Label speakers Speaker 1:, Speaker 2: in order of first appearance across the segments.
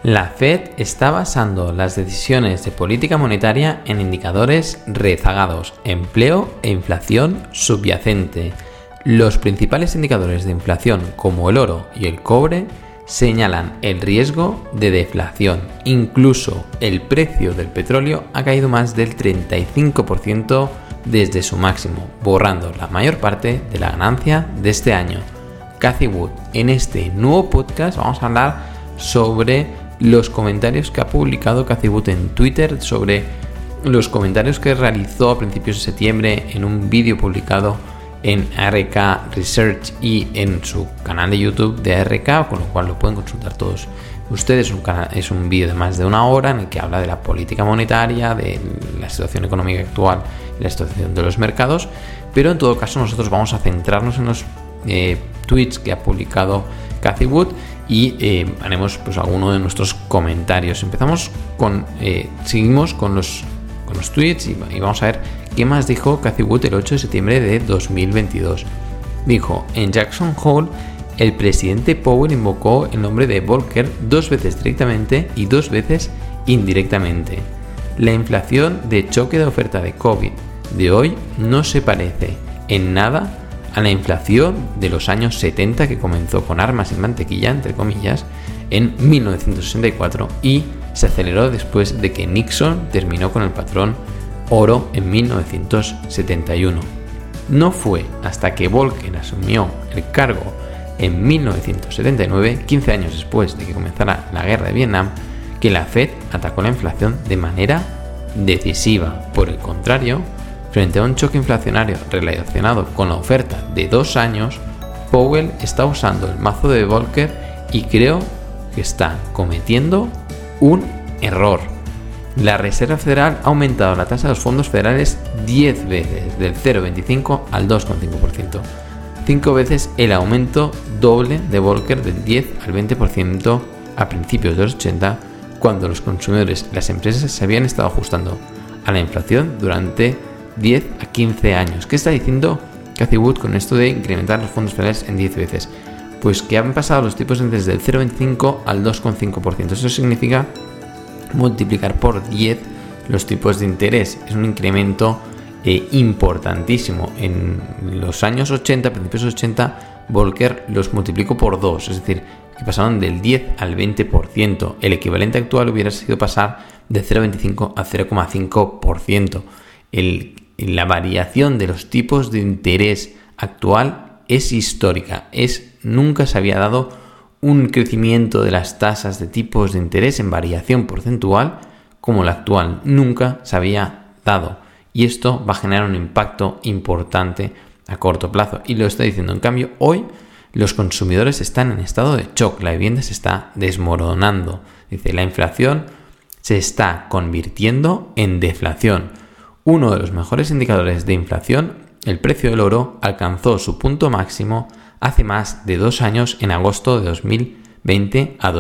Speaker 1: La Fed está basando las decisiones de política monetaria en indicadores rezagados, empleo e inflación subyacente. Los principales indicadores de inflación, como el oro y el cobre, señalan el riesgo de deflación. Incluso el precio del petróleo ha caído más del 35% desde su máximo, borrando la mayor parte de la ganancia de este año. Cathie Wood, en este nuevo podcast vamos a hablar sobre los comentarios que ha publicado Cathie Wood en Twitter, sobre los comentarios que realizó a principios de septiembre en un vídeo publicado en ARK Research y en su canal de YouTube de ARK, con lo cual lo pueden consultar todos ustedes. Es un vídeo de más de una hora en el que habla de la política monetaria, de la situación económica actual y la situación de los mercados, pero en todo caso nosotros vamos a centrarnos en los tweets que ha publicado Cathie Wood y haremos pues alguno de nuestros comentarios. Seguimos con los tweets y vamos a ver qué más dijo Cathie Wood el 8 de septiembre de 2022. Dijo: en Jackson Hole, el presidente Powell invocó el nombre de Volcker 2 veces directamente y 2 veces indirectamente. La inflación de choque de oferta de COVID de hoy no se parece en nada a la inflación de los años 70, que comenzó con armas y mantequilla, entre comillas, en 1964 y se aceleró después de que Nixon terminó con el patrón oro en 1971. No fue hasta que Volcker asumió el cargo en 1979, 15 años después de que comenzara la guerra de Vietnam, que la Fed atacó la inflación de manera decisiva. Por el contrario, frente a un choque inflacionario relacionado con la oferta de 2 años, Powell está usando el mazo de Volcker y creo que está cometiendo un error. La Reserva Federal ha aumentado la tasa de los fondos federales 10 veces, del 0,25 al 2,5%. 5 veces el aumento doble de Volcker del 10 al 20% a principios de los 80, cuando los consumidores y las empresas se habían estado ajustando a la inflación durante 10 a 15 años. ¿Qué está diciendo Cathie Wood con esto de incrementar los fondos federales en 10 veces? Pues que han pasado los tipos de interés del 0,25 al 2,5%. Eso significa multiplicar por 10 los tipos de interés. Es un incremento importantísimo. En los años 80, principios de 80, Volcker los multiplicó por 2, es decir, que pasaron del 10 al 20%. El equivalente actual hubiera sido pasar de 0,25 a 0,5%. La variación de los tipos de interés actual es histórica. Nunca se había dado un crecimiento de las tasas de tipos de interés en variación porcentual como la actual. Nunca se había dado. Y esto va a generar un impacto importante a corto plazo. Y lo está diciendo. En cambio, hoy los consumidores están en estado de shock. La vivienda se está desmoronando. Dice, la inflación se está convirtiendo en deflación. Uno de los mejores indicadores de inflación, el precio del oro, alcanzó su punto máximo hace más de 2 años, en agosto de 2020, a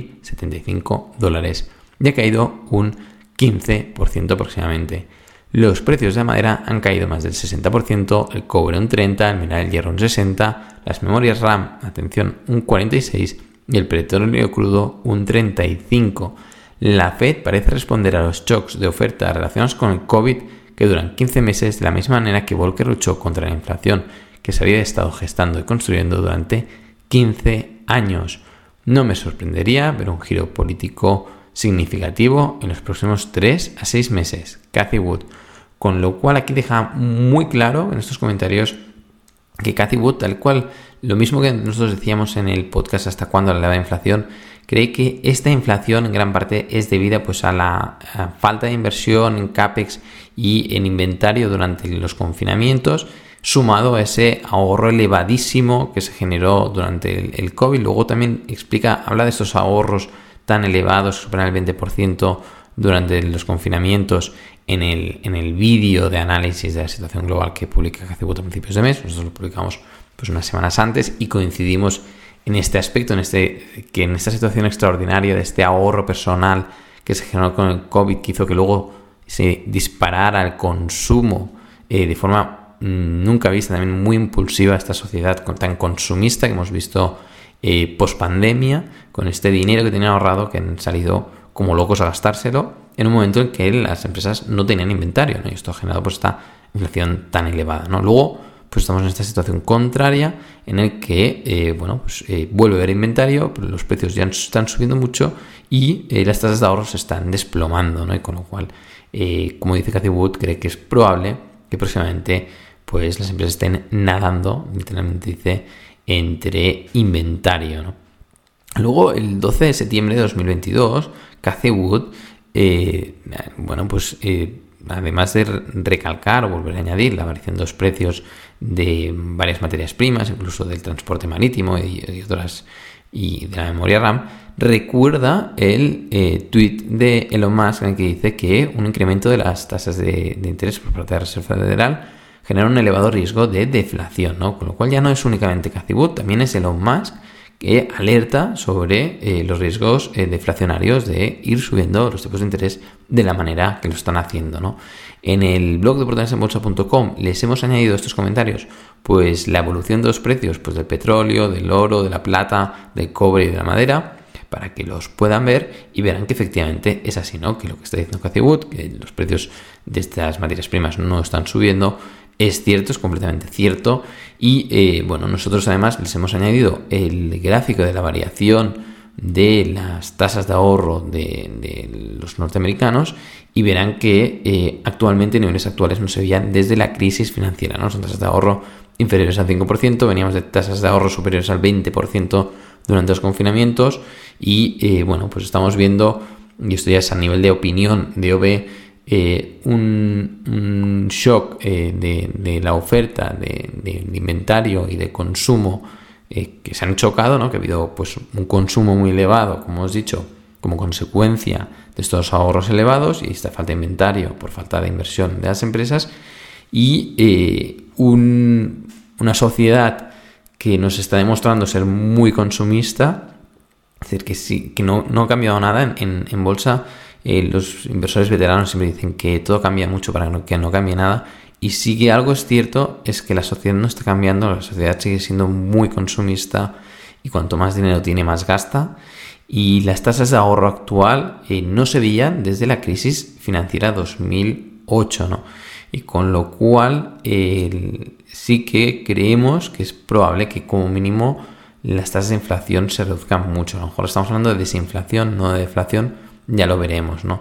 Speaker 1: $2.075 y ha caído un 15% aproximadamente. Los precios de la madera han caído más del 60%, el cobre un 30%, el mineral de hierro un 60%, las memorias RAM, atención, un 46% y el petróleo crudo un 35%. La Fed parece responder a los shocks de oferta relacionados con el COVID que duran 15 meses de la misma manera que Volcker luchó contra la inflación que se había estado gestando y construyendo durante 15 años. No me sorprendería ver un giro político significativo en los próximos 3 a 6 meses. Cathie Wood. Con lo cual aquí deja muy claro en estos comentarios que Cathie Wood, tal cual, lo mismo que nosotros decíamos en el podcast hasta cuándo la inflación, cree que esta inflación en gran parte es debida pues a la falta de inversión en CAPEX y en inventario durante los confinamientos, sumado a ese ahorro elevadísimo que se generó durante el COVID. Luego también habla de estos ahorros tan elevados, que superan el 20% durante los confinamientos en el vídeo de análisis de la situación global que publica Cathie Wood a principios de mes. Nosotros lo publicamos pues unas semanas antes y coincidimos en este aspecto, en esta situación extraordinaria de este ahorro personal que se generó con el COVID, que hizo que luego se disparara el consumo de forma nunca vista, también muy impulsiva, esta sociedad tan consumista que hemos visto post-pandemia, con este dinero que tenían ahorrado, que han salido como locos a gastárselo en un momento en que las empresas no tenían inventario, ¿no? Y esto ha generado pues esta inflación tan elevada, ¿no? Luego, pues estamos en esta situación contraria en el que, vuelve a haber inventario, pero los precios ya están subiendo mucho y las tasas de ahorro se están desplomando, ¿no? Y con lo cual, como dice Cathie Wood, cree que es probable que próximamente pues las empresas estén nadando, literalmente dice, entre inventario, ¿no? Luego, el 12 de septiembre de 2022, Cathie Wood, además de recalcar o volver a añadir la variación de los precios de varias materias primas, incluso del transporte marítimo y otras, y de la memoria RAM, recuerda el tuit de Elon Musk en el que dice que un incremento de las tasas de interés por parte de la Reserva Federal genera un elevado riesgo de deflación, ¿no? Con lo cual ya no es únicamente Cathie Wood, también es Elon Musk que alerta sobre los riesgos deflacionarios de ir subiendo los tipos de interés de la manera que lo están haciendo, ¿no? En el blog de oportunidadesenbolsa.com les hemos añadido estos comentarios, pues la evolución de los precios pues del petróleo, del oro, de la plata, del cobre y de la madera, para que los puedan ver y verán que efectivamente es así, ¿no? Que lo que está diciendo Cathie Wood, que los precios de estas materias primas no están subiendo, es cierto, es completamente cierto. Y nosotros además les hemos añadido el gráfico de la variación de las tasas de ahorro de los norteamericanos y verán que actualmente niveles actuales no se veían desde la crisis financiera, ¿no? Son tasas de ahorro inferiores al 5%, veníamos de tasas de ahorro superiores al 20% durante los confinamientos y pues estamos viendo, y esto ya es a nivel de opinión de OB, un shock de la oferta de inventario y de consumo que se han chocado, ¿no? Que ha habido pues un consumo muy elevado, como os he dicho, como consecuencia de estos ahorros elevados y esta falta de inventario por falta de inversión de las empresas y una sociedad que nos está demostrando ser muy consumista, es decir, que sí, que no ha cambiado nada en bolsa. Los inversores veteranos siempre dicen que todo cambia mucho para que no cambie nada, y sí que algo es cierto, es que la sociedad no está cambiando, la sociedad sigue siendo muy consumista y cuanto más dinero tiene más gasta, y las tasas de ahorro actual no se veían desde la crisis financiera 2008, ¿no? Y con lo cual sí que creemos que es probable que como mínimo las tasas de inflación se reduzcan mucho. A lo mejor estamos hablando de desinflación, no de deflación, ya lo veremos, ¿no?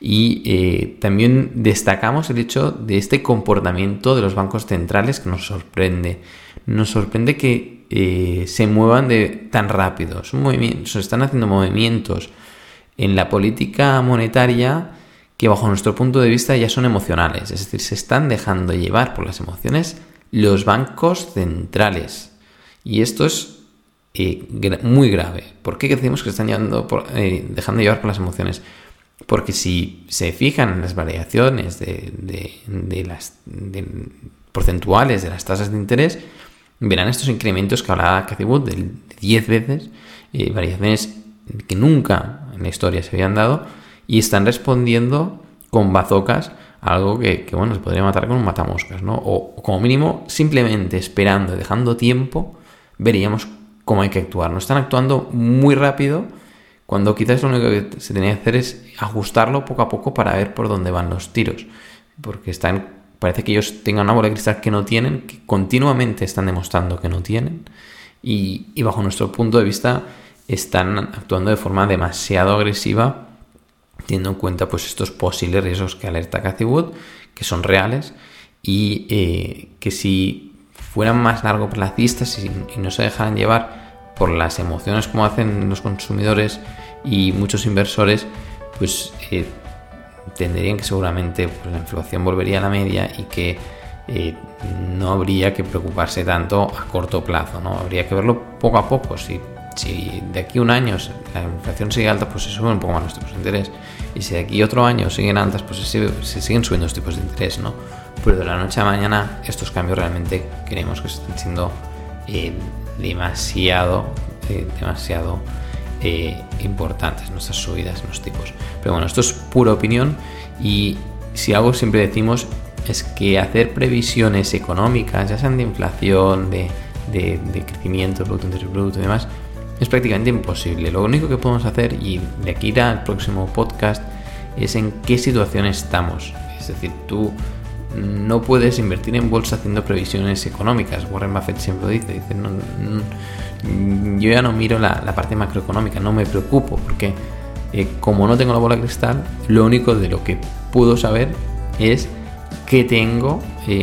Speaker 1: Y también destacamos el hecho de este comportamiento de los bancos centrales que nos sorprende. Nos sorprende que se muevan tan rápido. Se están haciendo movimientos en la política monetaria que bajo nuestro punto de vista ya son emocionales. Es decir, se están dejando llevar por las emociones los bancos centrales. Y esto es muy grave. ¿Por qué decimos que se están dejando llevar por las emociones? Porque si se fijan en las variaciones de las porcentuales de las tasas de interés, verán estos incrementos que hablaba Cathie Wood de 10 veces, variaciones que nunca en la historia se habían dado, y están respondiendo con bazocas a algo que se podría matar con un matamoscas, ¿no? O como mínimo simplemente esperando, dejando tiempo, veríamos cómo hay que actuar. No están actuando muy rápido cuando quizás lo único que se tenía que hacer es ajustarlo poco a poco para ver por dónde van los tiros, porque parece que ellos tengan una bola de cristal que no tienen, que continuamente están demostrando que no tienen, y bajo nuestro punto de vista están actuando de forma demasiado agresiva, teniendo en cuenta pues estos posibles riesgos que alerta Cathie Wood, que son reales, y que si fueran más largoplacistas y no se dejaran llevar por las emociones como hacen los consumidores y muchos inversores, pues tendrían que seguramente pues, la inflación volvería a la media y que no habría que preocuparse tanto a corto plazo, ¿no? Habría que verlo poco a poco. Si de aquí a un año la inflación sigue alta, pues se suben un poco más los tipos de interés, y si de aquí a otro año siguen altas, pues se siguen subiendo los tipos de interés, ¿no? Pero de la noche a mañana estos cambios realmente creemos que están siendo demasiado importantes, nuestras subidas en los tipos. Pero bueno, esto es pura opinión, y si algo siempre decimos es que hacer previsiones económicas, ya sean de inflación, de crecimiento, Producto Interior Bruto y demás, es prácticamente imposible. Lo único que podemos hacer, y de aquí irá al próximo podcast, es en qué situación estamos. Es decir, tú no puedes invertir en bolsa haciendo previsiones económicas. Warren Buffett siempre dice yo ya no miro la parte macroeconómica, no me preocupo, porque como no tengo la bola de cristal, lo único de lo que puedo saber es qué tengo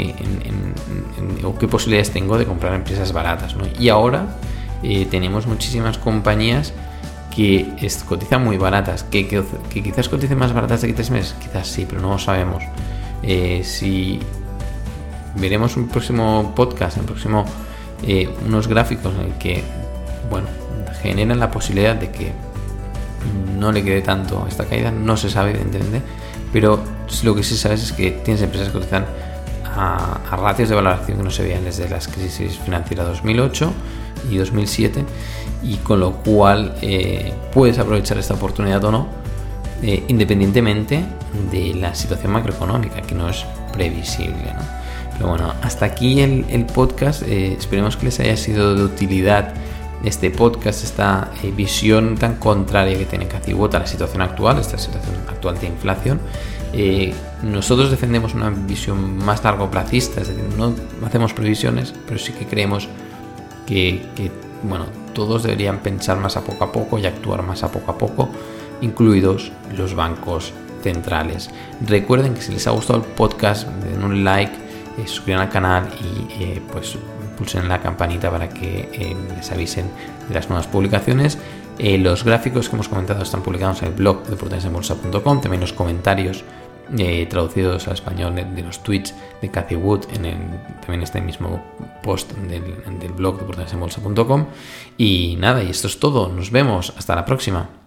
Speaker 1: o qué posibilidades tengo de comprar empresas baratas, ¿no? Y ahora tenemos muchísimas compañías que cotizan muy baratas, que quizás coticen más baratas de aquí 3 meses, quizás sí, pero no lo sabemos. Si veremos un próximo podcast, unos gráficos en el que generan la posibilidad de que no le quede tanto a esta caída, no se sabe evidentemente, pero lo que sí sabes es que tienes empresas que cotizan a ratios de valoración que no se veían desde las crisis financieras 2008 y 2007, y con lo cual puedes aprovechar esta oportunidad o no, independientemente de la situación macroeconómica, que no es previsible, ¿no? Pero bueno, hasta aquí el podcast. Esperemos que les haya sido de utilidad este podcast, esta visión tan contraria que tiene Cathie Wood a la situación actual, esta situación actual de inflación. Nosotros defendemos una visión más largoplacista, es decir, no hacemos previsiones, pero sí que creemos que todos deberían pensar más a poco y actuar más a poco, incluidos los bancos centrales. Recuerden que si les ha gustado el podcast, den un like, suscriban al canal y pulsen la campanita para que les avisen de las nuevas publicaciones. Los gráficos que hemos comentado están publicados en el blog de oportunidadesenbolsa.com, también los comentarios traducidos al español de los tweets de Cathie Wood también este mismo post del blog de oportunidadesenbolsa.com. Y nada, y esto es todo, nos vemos, hasta la próxima.